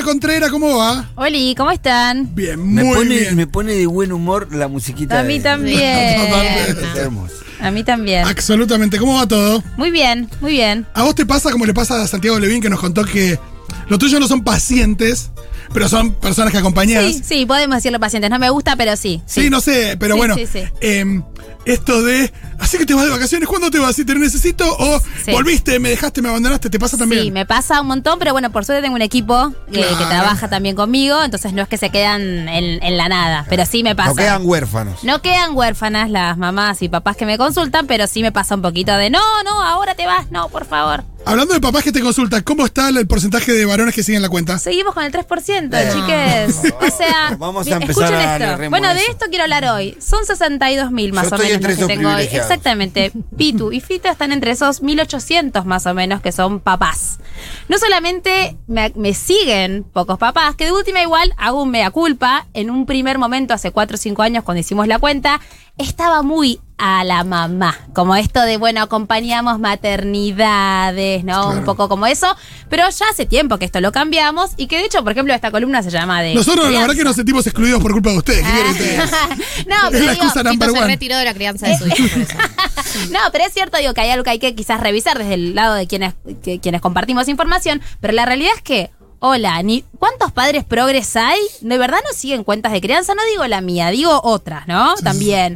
Mariana Contreras, ¿cómo va? Oli, ¿cómo están? Bien, muy bien. Me pone de buen humor la musiquita. A mí también. Es hermoso. A mí también. Absolutamente. ¿Cómo va todo? Muy bien, muy bien. ¿A vos te pasa como le pasa a Santiago Levín, que nos contó que los tuyos no son pacientes, pero son personas que acompañás? Sí, podemos decirlo pacientes. No me gusta, pero sí. Sí, no sé, pero Sí, bueno. sí. Esto de, así que te vas de vacaciones, ¿cuándo te vas? Si te necesito, o Sí. volviste, me dejaste, me abandonaste, ¿te pasa también? Sí, me pasa un montón, pero bueno, por suerte tengo un equipo que trabaja también conmigo, entonces no es que se quedan en la nada, pero sí me pasa. No quedan huérfanos. No quedan huérfanas las mamás y papás que me consultan, pero sí me pasa un poquito de no, ahora te vas, no, por favor. Hablando de papás que te consultan, ¿cómo está el porcentaje de varones que siguen la cuenta? Seguimos con el 3%, chiques. O sea, Vamos a empezar escuchen a darle esto. remo Bueno, a de eso. esto quiero hablar hoy. Son 62.000 más Yo o estoy menos entre los que esos tengo hoy. privilegiados. Exactamente. Pitu y Fito están entre esos 1.800 más o menos que son papás. No solamente me siguen pocos papás, que de última igual hago un mea culpa. En un primer momento, hace 4 o 5 años, cuando hicimos la cuenta, estaba muy a la mamá. Como esto de, bueno, acompañamos maternidades, ¿no? Claro. Un poco como eso. Pero ya hace tiempo que esto lo cambiamos y que de hecho, por ejemplo, esta columna se llama de... Nosotros la verdad que nos sentimos excluidos por culpa de ustedes. ¿Qué quieren ustedes? No, Es pero la digo, excusa number Fito se one. retiró de la crianza de su hijo por eso. no, pero es cierto, digo, que hay algo que hay que quizás revisar desde el lado de quienes compartimos información, pero la realidad es que, hola, ¿cuántos padres progres hay? ¿De verdad no siguen cuentas de crianza? No digo la mía, digo otras, ¿no? También.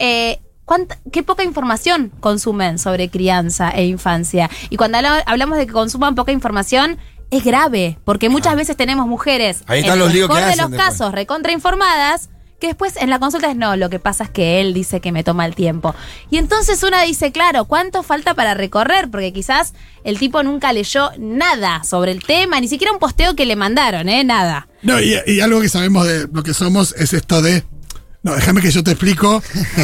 Qué poca información consumen sobre crianza e infancia. Y cuando hablamos de que consuman poca información, es grave, porque muchas veces tenemos mujeres, Ahí están en los el líos que mejor de hacen los después. casos, recontrainformadas, que después en la consulta es no, lo que pasa es que él dice que me toma el tiempo. Y entonces una dice, claro, ¿cuánto falta para recorrer? Porque quizás el tipo nunca leyó nada sobre el tema, ni siquiera un posteo que le mandaron, nada. No, y algo que sabemos de lo que somos es esto de. No, déjame que yo te explico.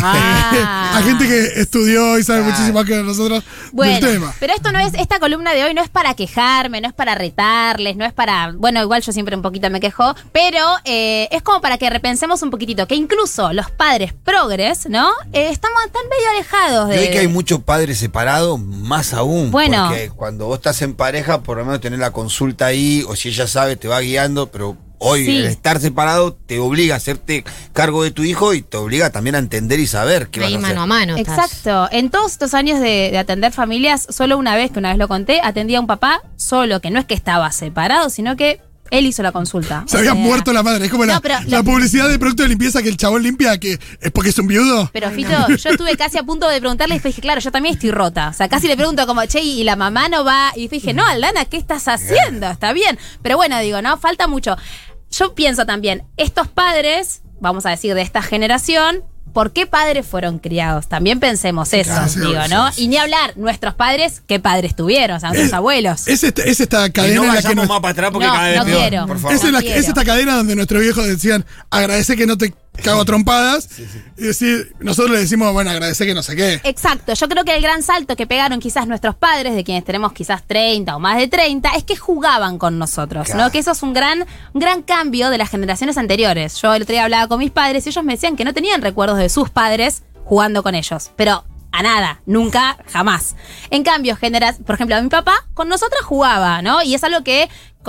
Hay gente que estudió y sabe muchísimo más que nosotros Bueno, del tema. pero esto no es, esta columna de hoy no es para quejarme, no es para retarles, no es para, bueno, igual yo siempre un poquito me quejo, pero es como para que repensemos un poquitito, que incluso los padres progres, ¿no? Están medio alejados Y de... hoy que hay muchos padres separados, más aún. Bueno. Porque cuando vos estás en pareja, por lo menos tenés la consulta ahí, o si ella sabe, te va guiando, pero hoy Sí. el estar separado te obliga a hacerte cargo de tu hijo y te obliga también a entender y saber qué vas Ahí a hacer. mano a mano. estás. Exacto. En todos estos años de atender familias, solo una vez, que una vez lo conté, atendía a un papá solo, que no es que estaba separado, sino que él hizo la consulta. Se O había sea, muerto la madre. Es como No, la pero publicidad de producto de limpieza que el chabón limpia, que es porque es un viudo. Pero Fito, yo estuve casi a punto de preguntarle y dije, claro, yo también estoy rota. O sea, casi le pregunto como, che, y la mamá no va. Y dije, no, Aldana, ¿qué estás haciendo? Está bien. Pero bueno, digo, no, falta mucho. Yo pienso también, estos padres, vamos a decir, de esta generación, ¿por qué padres fueron criados? También pensemos eso, Claro, sí, digo, sí, ¿no? sí. Y ni hablar, nuestros padres, ¿qué padres tuvieron? O sea, nuestros abuelos. Es esta Y cadena no en la que vayamos nos- más para atrás porque No, cada vez no peor. quiero. Por favor. es, en la- quiero. es esta cadena donde nuestros viejos decían, agradece que no te cago a trompadas. Y decir, nosotros le decimos, bueno, agradece que no sé qué. Exacto, yo creo que el gran salto que pegaron quizás nuestros padres, de quienes tenemos quizás 30 o más de 30, es que jugaban con nosotros, Claro. ¿no? Que eso es un gran cambio de las generaciones anteriores. Yo el otro día hablaba con mis padres y ellos me decían que no tenían recuerdos de sus padres jugando con ellos, pero a nada, nunca, jamás. En cambio, por ejemplo, mi papá con nosotras jugaba, ¿no? Y es algo que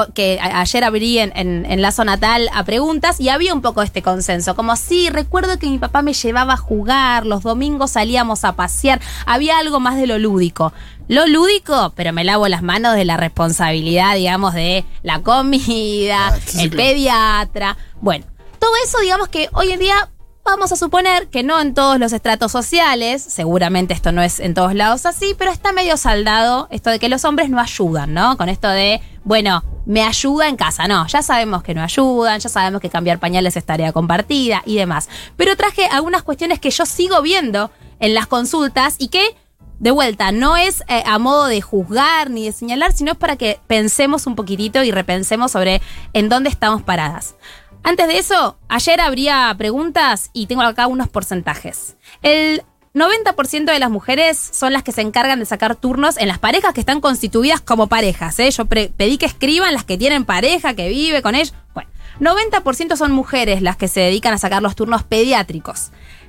ayer abrí en Lazo Natal a preguntas y había un poco este consenso, como sí, recuerdo que mi papá me llevaba a jugar, los domingos salíamos a pasear, había algo más de lo lúdico. Lo lúdico, pero me lavo las manos de la responsabilidad, digamos, de la comida, sí, el claro. pediatra. Bueno, todo eso, digamos que hoy en día vamos a suponer que no en todos los estratos sociales, seguramente esto no es en todos lados así, pero está medio saldado esto de que los hombres no ayudan, ¿no? Con esto de, bueno, me ayuda en casa. No, ya sabemos que no ayudan, ya sabemos que cambiar pañales es tarea compartida y demás. Pero traje algunas cuestiones que yo sigo viendo en las consultas y que, de vuelta, no es a modo de juzgar ni de señalar, sino es para que pensemos un poquitito y repensemos sobre en dónde estamos paradas. Antes de eso, ayer habría preguntas y tengo acá unos porcentajes. El 90% de las mujeres son las que se encargan de sacar turnos en las parejas que están constituidas como parejas. Yo pedí que escriban las que tienen pareja, que vive con ellos. Bueno, 90% son mujeres las que se dedican a sacar los turnos pediátricos.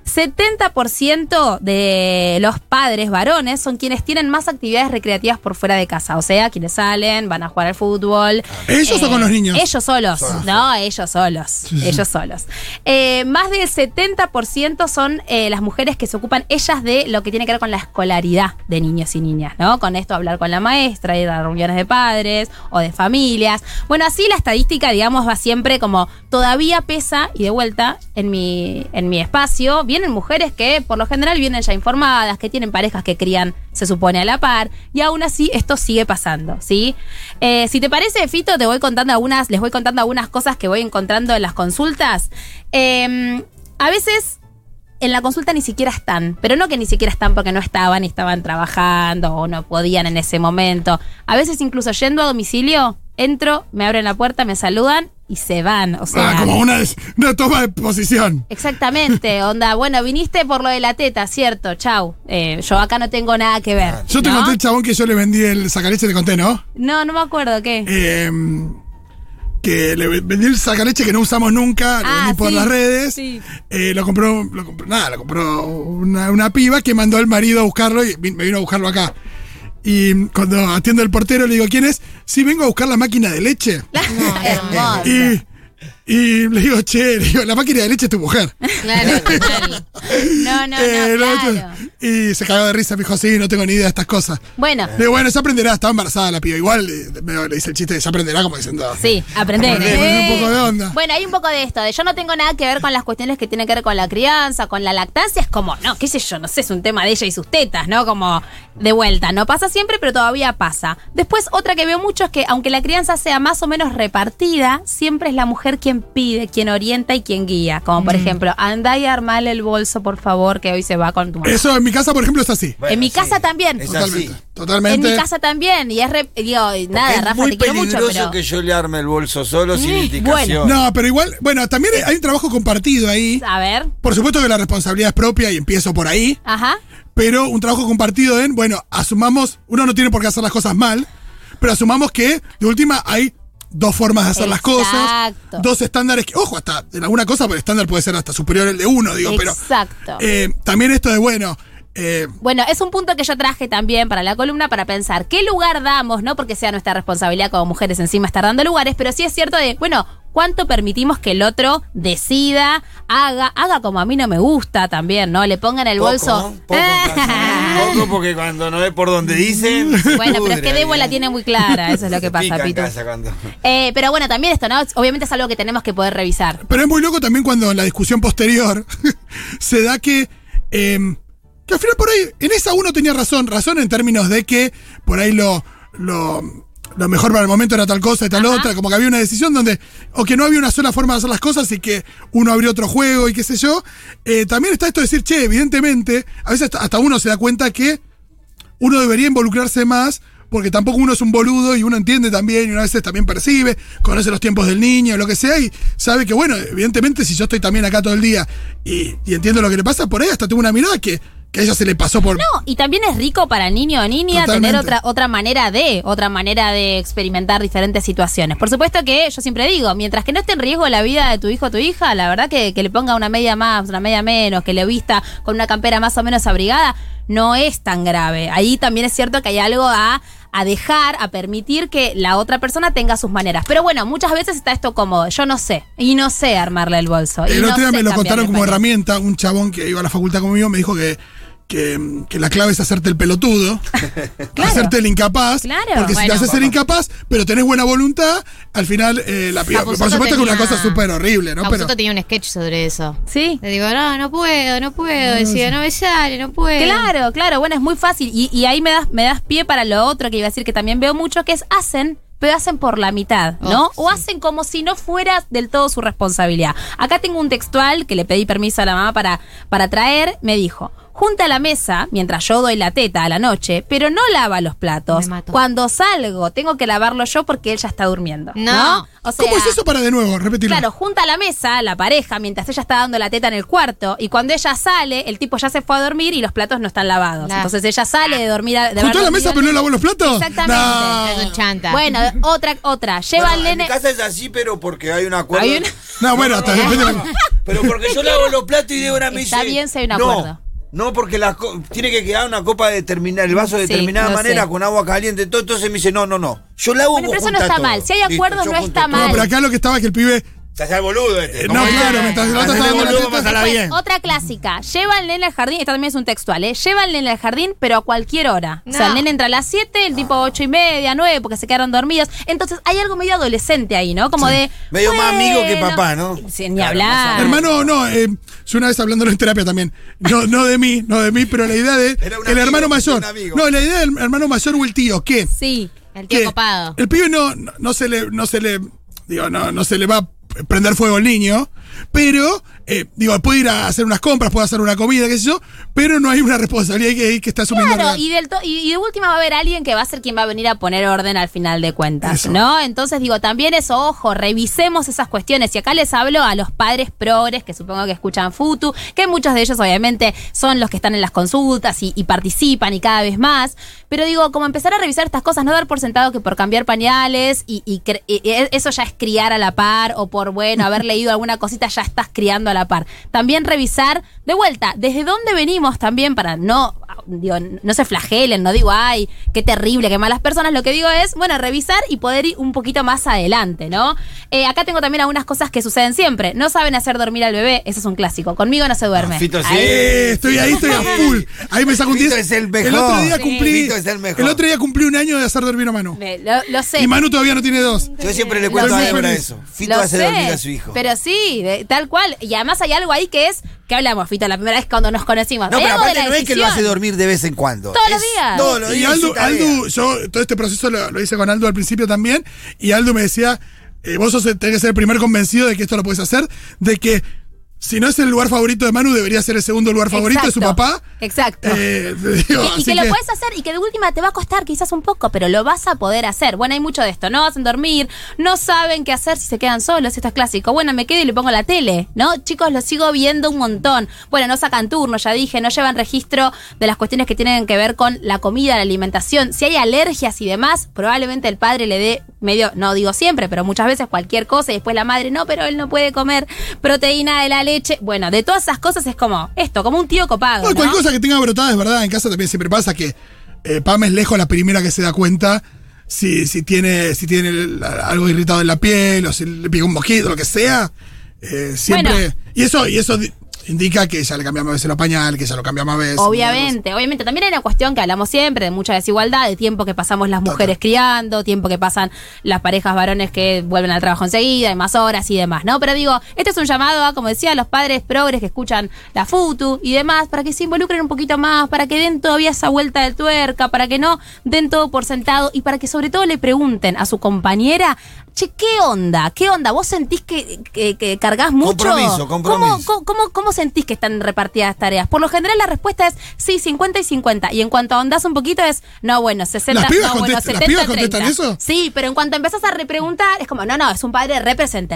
70% de los padres varones son quienes tienen más actividades recreativas por fuera de casa. O sea, quienes salen, van a jugar al fútbol. ¿Ellos o con los niños? Ellos solos. No, ellos solos. Ellos solos. Más del 70% son las mujeres que se ocupan ellas de lo que tiene que ver con la escolaridad de niños y niñas, ¿no? Con esto hablar con la maestra, ir a reuniones de padres o de familias. Bueno, así la estadística, digamos, va siempre como todavía pesa, y de vuelta, en mi espacio, vienen mujeres que por lo general vienen ya informadas, que tienen parejas que crían, se supone, a la par, y aún así esto sigue pasando, ¿sí? Si te parece, Fito, les voy contando algunas cosas que voy encontrando en las consultas. A veces en la consulta ni siquiera están, pero no que ni siquiera están porque no estaban y estaban trabajando o no podían en ese momento. A veces incluso yendo a domicilio, entro, me abren la puerta, me saludan y se van. O sea, como una toma de posición. Exactamente, onda, bueno, viniste por lo de la teta, cierto, chau. Yo acá no tengo nada que ver. Yo te ¿no? conté el chabón que yo le vendí el sacaleche, te conté, ¿no? No me acuerdo, ¿qué? Que le vendí el sacaleche que no usamos nunca, lo vendí por sí, las redes. sí. Lo compró una piba que mandó al marido a buscarlo y me vino a buscarlo acá. Y cuando atiendo al portero le digo, ¿quién es? Sí, vengo a buscar la máquina de leche. Hermoso. Y le digo, la máquina de leche es tu mujer. Claro, total. No, claro. Y se cagó de risa, me dijo, sí, no tengo ni idea de estas cosas. Bueno. Le digo, bueno, se aprenderá, estaba embarazada la piba. Igual le hice el chiste de se aprenderá, como diciendo. Sí, aprender. Un poco de onda. Bueno, hay un poco de esto, de yo no tengo nada que ver con las cuestiones que tienen que ver con la crianza, con la lactancia, es como, no, qué sé yo, no sé, es un tema de ella y sus tetas, ¿no? Como de vuelta, no pasa siempre, pero todavía pasa. Después, otra que veo mucho es que aunque la crianza sea más o menos repartida, siempre es la mujer quien pide, quien orienta y quien guía. Como por ejemplo, andá y armale el bolso, por favor, que hoy se va con tu mamá. Eso en mi casa, por ejemplo, es así. Bueno, en mi casa también. Es Totalmente. así. Totalmente. En mi casa también. Y es nada, Es Rafa, muy te quiero mucho, peligroso pero. que yo le arme el bolso solo sin indicación. No, pero igual, bueno, también hay un trabajo compartido ahí. A ver. Por supuesto que la responsabilidad es propia y empiezo por ahí. Ajá. Pero un trabajo compartido en, bueno, asumamos, uno no tiene por qué hacer las cosas mal, pero asumamos que, de última, hay dos formas de hacer las cosas, Exacto. dos estándares que, ojo, hasta en alguna cosa, pero el estándar puede ser hasta superior al de uno, digo, Exacto. pero también esto de, bueno, Bueno, es un punto que yo traje también para la columna para pensar qué lugar damos, no porque sea nuestra responsabilidad como mujeres encima estar dando lugares, pero sí es cierto de, bueno, cuánto permitimos que el otro decida, haga como a mí no me gusta también, ¿no? Le pongan el bolso. Poco porque cuando no ve por donde dicen. Bueno, pero es que Debo la tiene muy clara, eso es lo que pasa, Pito. Pero bueno, también esto, ¿no? Obviamente es algo que tenemos que poder revisar. pero es muy loco también cuando en la discusión posterior se da que al final por ahí, en esa uno tenía razón en términos de que por ahí lo mejor para el momento era tal cosa y tal otra, como que había una decisión donde, o que no había una sola forma de hacer las cosas y que uno abrió otro juego y qué sé yo. También está esto de decir, che, evidentemente, a veces hasta uno se da cuenta que uno debería involucrarse más, porque tampoco uno es un boludo y uno entiende también, y una vez también percibe, conoce los tiempos del niño, lo que sea, y sabe que, bueno, evidentemente si yo estoy también acá todo el día y entiendo lo que le pasa, por ahí hasta tengo una mirada que a ella se le pasó por... No, y también es rico para el niño o niña Totalmente. tener otra manera de experimentar diferentes situaciones. Por supuesto que yo siempre digo, mientras que no esté en riesgo la vida de tu hijo o tu hija, la verdad que le ponga una media más, una media menos, que le vista con una campera más o menos abrigada, no es tan grave. Ahí también es cierto que hay algo a dejar, a permitir que la otra persona tenga sus maneras. Pero bueno, muchas veces está esto cómodo. Yo no sé. Y no sé armarle el bolso. El otro día me lo contaron como pañal. herramienta. Un chabón que iba a la facultad conmigo me dijo que la clave es hacerte el pelotudo, Claro. hacerte el incapaz, Claro. porque si Bueno. te haces el incapaz, pero tenés buena voluntad, al final la piba. Por Capusotto supuesto que es una tenía- cosa súper horrible, ¿no? Pero Capusotto tenía un sketch sobre eso. Sí. Le digo, no puedo. Decía, no me sale, no puedo. Claro, bueno, es muy fácil. Y ahí me das pie para lo otro que iba a decir que también veo mucho, que es pero hacen por la mitad, ¿no? O hacen como si no fuera del todo su responsabilidad. Acá tengo un textual que le pedí permiso a la mamá para traer. Me dijo, junta la mesa mientras yo doy la teta a la noche, pero no lava los platos. Me mato. Cuando salgo, tengo que lavarlo yo porque él ya está durmiendo. No. O sea, ¿Cómo es eso para de nuevo? Repetilo. claro, junta la mesa, la pareja, mientras ella está dando la teta en el cuarto, y cuando ella sale, el tipo ya se fue a dormir y los platos no están lavados. Claro. Entonces ella sale de dormir. ¿Juntó la mesa pero no lavó los platos? Exactamente. No. Es un chanta. Bueno, otra. Lleva Bueno, al en mi nene. casa es así, pero porque hay un acuerdo. Hay un- No, bueno, hasta depende de la... Pero porque yo lavo los platos y Débora me dice. Está bien si hay un no, acuerdo. No, porque tiene que quedar una copa determinada, el vaso de Sí, determinada lo manera, sé. con agua caliente, todo. Entonces me dice, no. Yo lavo, Bueno, vos pero eso no juntás está todo. mal. Si hay acuerdos, yo no junto está todo. mal. No, pero acá lo que estaba es que el pibe... Se hace el boludo este. No, ¿cómo claro, es? mientras el otro Hacete está dando la boludo, teta. pasala Después, bien. otra clásica. Lleva al nene al jardín, esta también es un textual, ¿eh? Lleva al nene al jardín, pero a cualquier hora. O sea, No. el nene entra a las 7, el tipo 8:30, 9, porque se quedaron dormidos. Entonces, hay algo medio adolescente ahí, ¿no? Como de. Medio más amigo que bueno, papá, ¿no? Sí, ni Claro, hablar. Hermano, no, yo una vez hablándolo en terapia también. No de mí, pero la idea de Era un el amigo, hermano un mayor. amigo. No, la idea del hermano mayor o el tío, ¿qué? Sí. El tío Que copado. el pibe no se le va a prender fuego al niño, pero puede ir a hacer unas compras, puede hacer una comida, qué sé yo, pero no hay una responsabilidad que está asumiendo. Claro, real. y de última va a haber alguien que va a ser quien va a venir a poner orden al final de cuentas, Eso. ¿no? Entonces también eso, ojo, revisemos esas cuestiones. Y acá les hablo a los padres progres que supongo que escuchan Futu, que muchos de ellos obviamente son los que están en las consultas y participan y cada vez más. Pero como empezar a revisar estas cosas, no dar por sentado que por cambiar pañales y eso ya es criar a la par, o por, haber leído alguna cosita ya estás criando a la par. También revisar, de vuelta, desde dónde venimos también para no se flagelen, no digo, ay, qué terrible, qué malas personas. Lo que digo es, revisar y poder ir un poquito más adelante, ¿no? Acá tengo también algunas cosas que suceden siempre. No saben hacer dormir al bebé, ese es un clásico. Conmigo no se duerme. Fito, sí. Ahí. Estoy a full. Ahí me saco un 10. Fito es el mejor. El otro día Sí. cumplí. Fito es el mejor. El otro día cumplí 1 año de hacer dormir a Manu. Lo sé. Y Manu todavía no tiene 2. Yo siempre le Lo cuento a sé. Débora eso. Fito Lo hace sé, dormir a su hijo. Pero sí, tal cual. Y además hay algo ahí que es, ¿qué hablamos, Fito? La primera vez cuando nos conocimos. No, Hay pero algo de aparte la no es que lo decisión. hace dormir de vez en cuando. Todos los Es días. Todos los Y días. Aldo, su tarea. yo todo este proceso lo hice con Aldo al principio también, y Aldo me decía, vos tenés que ser el primer convencido de que esto lo puedes hacer, de que si no es el lugar favorito de Manu, debería ser el segundo lugar favorito de su Exacto. papá. Exacto. Y Y que lo puedes hacer y que de última te va a costar quizás un poco, pero lo vas a poder hacer. Bueno, hay mucho de esto. No hacen dormir, no saben qué hacer si se quedan solos. Esto es clásico. Bueno, me quedo y le pongo la tele, ¿no? Chicos, lo sigo viendo un montón. Bueno, no sacan turno, ya dije, no llevan registro de las cuestiones que tienen que ver con la comida, la alimentación. Si hay alergias y demás, probablemente el padre le dé medio, no digo siempre, pero muchas veces cualquier cosa y después la madre, no, pero él no puede comer proteína de la leche. Bueno, de todas esas cosas es como esto, como un tío copado, No, ¿no? cualquier cosa que tenga brotada es verdad. En casa también siempre pasa que Pam es lejos la primera que se da cuenta si tiene algo irritado en la piel o si le pica un mosquito, lo que sea. Siempre. Bueno. Y eso indica que ya le cambiamos a veces los pañales, que ya lo cambiamos a veces. Obviamente. También hay una cuestión que hablamos siempre de mucha desigualdad, de tiempo que pasamos las mujeres criando, tiempo que pasan las parejas varones que vuelven al trabajo enseguida, hay más horas y demás, ¿no? Pero este es un llamado a, como decía, a los padres progres que escuchan la Futu y demás, para que se involucren un poquito más, para que den todavía esa vuelta de tuerca, para que no den todo por sentado y para que sobre todo le pregunten a su compañera, che, ¿qué onda? ¿Qué onda? ¿Vos sentís que cargas mucho? Compromiso. ¿Cómo sentís que están repartidas las tareas? Por lo general la respuesta es sí, 50 y 50. Y en cuanto ahondás un poquito es, no, bueno, 60, ¿Las pibas no, bueno, contestan- 70, las pibas 30. contestan eso? Sí, pero en cuanto empezás a repreguntar, es como, no, es un padre represente.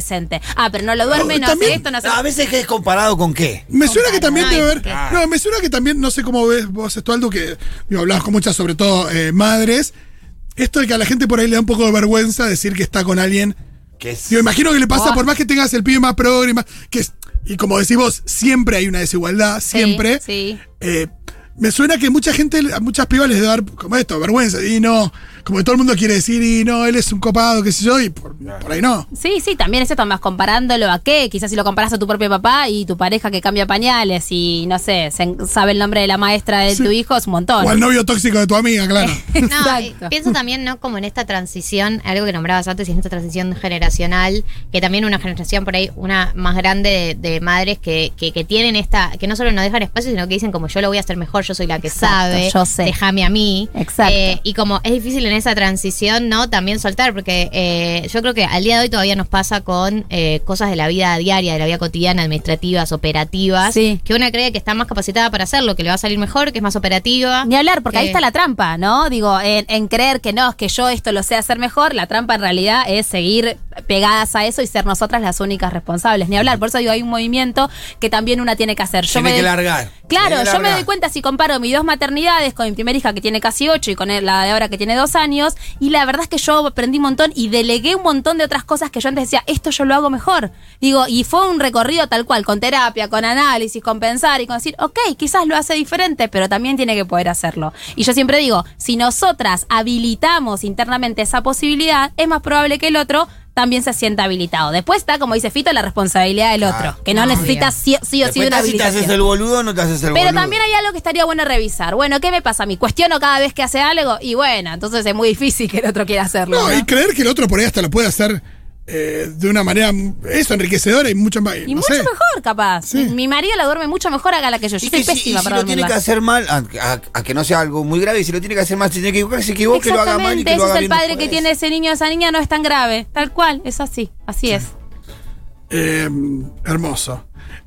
Ah, pero no lo duerme, no También- hace esto, no hace... No, a veces que es comparado con qué. Me suena que también Ay, debe haber. ¿qué? No, me suena que también, no sé cómo ves vos esto, Aldo, que hablabas con muchas, sobre todo madres. Esto de que a la gente por ahí le da un poco de vergüenza decir que está con alguien. Que es- Imagino que le pasa, Oh. por más que tengas el pibe más progre, y como decís vos, siempre hay una desigualdad, siempre. Sí. Me suena que mucha gente, a muchas pibas les debe dar como esto, vergüenza. Y no, como que todo el mundo quiere decir, y no, él es un copado, qué sé yo, y por ahí no. Sí, también es esto, más comparándolo a qué. Quizás si lo comparas a tu propio papá y tu pareja que cambia pañales y, no sé, sabe el nombre de la maestra de Sí. tu hijo, es un montón. O al novio tóxico de tu amiga, claro. No, Exacto. pienso también, ¿no? Como en esta transición, algo que nombrabas antes, y en esta transición generacional, que también una generación por ahí, una más grande de madres que tienen esta, que no solo no dejan espacio, sino que dicen como yo lo voy a hacer mejor, yo soy la que Exacto, sabe, yo sé. déjame a mí. Exacto. Y como es difícil en esa transición, ¿no? También soltar, porque yo creo que al día de hoy todavía nos pasa con cosas de la vida diaria, de la vida cotidiana, administrativas, operativas, Sí. que una cree que está más capacitada para hacerlo, que le va a salir mejor, que es más operativa. Ni hablar, porque ahí está la trampa, ¿no? Digo, en creer que no, es que yo esto lo sé hacer mejor, la trampa en realidad es seguir pegadas a eso y ser nosotras las únicas responsables. Ni hablar, por eso digo, hay un movimiento que también una tiene que hacer. Tiene que largar. Claro, Tiene que yo me largar. doy cuenta si comparo mis 2 maternidades con mi primera hija que tiene casi 8 y con la de ahora que tiene 2 años, y la verdad es que yo aprendí un montón y delegué un montón de otras cosas que yo antes decía, esto yo lo hago mejor. Digo, y fue un recorrido tal cual, con terapia, con análisis, con pensar y con decir, ok, quizás lo hace diferente, pero también tiene que poder hacerlo. Y yo siempre digo, si nosotras habilitamos internamente esa posibilidad, es más probable que el otro también se sienta habilitado. Después está, como dice Fito, la responsabilidad del otro, que no necesita sí o sí Después una si te habilitación. haces el boludo o no te haces el Pero boludo. también hay algo que estaría bueno revisar. Bueno, ¿qué me pasa a mí? Cuestiono cada vez que hace algo y bueno, entonces es muy difícil que el otro quiera hacerlo. No, ¿no? y creer que el otro por ahí hasta lo puede hacer de una manera, eso, enriquecedora y mucho más. Y no mucho sé. mejor, capaz. Sí. Mi marido la duerme mucho mejor haga la que yo. Yo Y soy que pésima si para lo tiene dormirla. que hacer mal, a que no sea algo muy grave, y si lo tiene que hacer mal, si tiene que equivocar, se equivoque, lo haga mal y que Exactamente, lo ese haga es el bien padre después. que tiene ese niño o esa niña, no es tan grave. Tal cual, es así. Así es. Hermoso.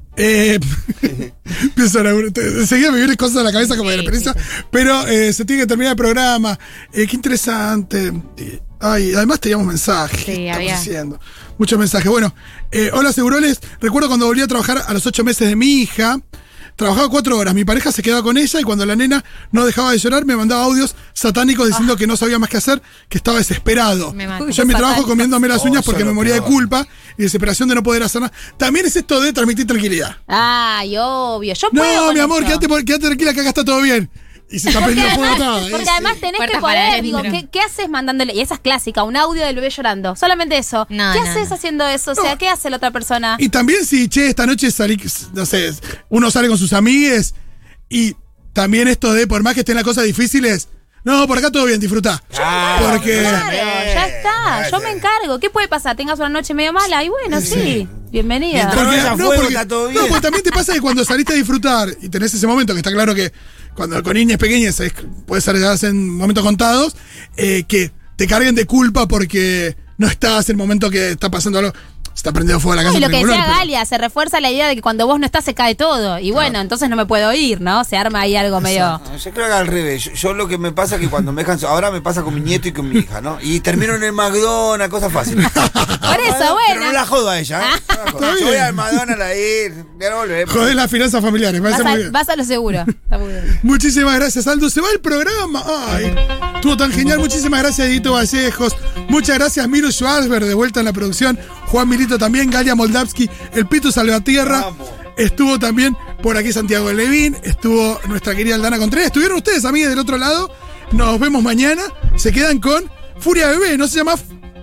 Enseguida me vienen cosas a la cabeza como de la experiencia, pero se tiene que terminar el programa. Qué interesante. Ay, además teníamos mensajes. Sí, ¿Qué estamos había. haciendo? Muchos mensajes. Bueno, hola Seguroles. Recuerdo cuando volví a trabajar a los 8 meses de mi hija. Trabajaba 4 horas, mi pareja se quedaba con ella y cuando la nena no dejaba de llorar me mandaba audios satánicos diciendo que no sabía más qué hacer, que estaba desesperado. Me mato. Yo en mi trabajo Satánico. comiéndome las uñas eso porque es me lo moría de peor. culpa y desesperación de no poder hacer nada. También es esto de transmitir tranquilidad. Ay, obvio. Yo puedo No, con mi amor, eso. quédate tranquila que acá está todo bien. Y se está prendiendo fuego todo. Porque además tenés Puertas que para poder, digo, adentro. ¿qué haces mandándole? Y esa es clásica, un audio del bebé llorando. Solamente eso. No, ¿Qué no, haces no. haciendo eso? O sea, No. ¿qué hace la otra persona? Y también si, che, esta noche salí, no sé, uno sale con sus amigues y también esto de, por más que estén las cosas difíciles, no, por acá todo bien, disfrutá. Porque... Claro, ya está. Yo me encargo. ¿Qué puede pasar? Tengas una noche medio mala y bueno, sí. Bienvenida. Mientras Porque, no haya fuego, está todo bien. No, porque también te pasa que cuando saliste a disfrutar y tenés ese momento, que está claro que cuando con niñas pequeñas puede ser ya en momentos contados, que te carguen de culpa porque no estás en el momento que está pasando algo. Se está prendiendo fuego la casa. Y lo por que el decía color, pero- Galia, se refuerza la idea de que cuando vos no estás se cae todo. Y bueno, entonces no me puedo ir, ¿no? Se arma ahí algo medio... No, yo creo que al revés. Yo lo que me pasa es que cuando me dejan. Ahora me pasa con mi nieto y con mi hija, ¿no? Y termino en el McDonald's, cosas fáciles. Por eso, Pero bueno. no la jodo a ella, ¿eh? No la jodo. Está Yo voy bien. al McDonald's a ir. Ya no volvemos. Joder las finanzas familiares, me parece muy bien. Vas a lo seguro. Está muy bien. Muchísimas gracias, Aldo. Se va el programa. Ay, estuvo tan genial. Muchísimas gracias, Edito Vallejos. Muchas gracias, Miro Schwarzberg, de vuelta en la producción. Juan Milito también, Galia Moldavsky, el Pito Salvatierra. Vamos. Estuvo también por aquí Santiago Levín. Estuvo nuestra querida Aldana Contreras. Estuvieron ustedes, amigas, del otro lado. Nos vemos mañana. Se quedan con Furia Bebé. No se llama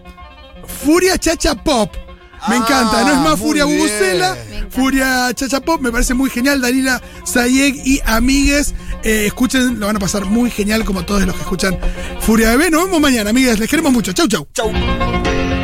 Furia Chacha Pop. Me encanta, no es más muy Furia bien. Bubucela, Me encanta. Furia Chacha Pop, me parece muy genial. Dalila Sayeg y amigues, escuchen, lo van a pasar muy genial como todos los que escuchan Furia Bebé. Nos vemos mañana, amigues, les queremos mucho. Chau, chau. Chau.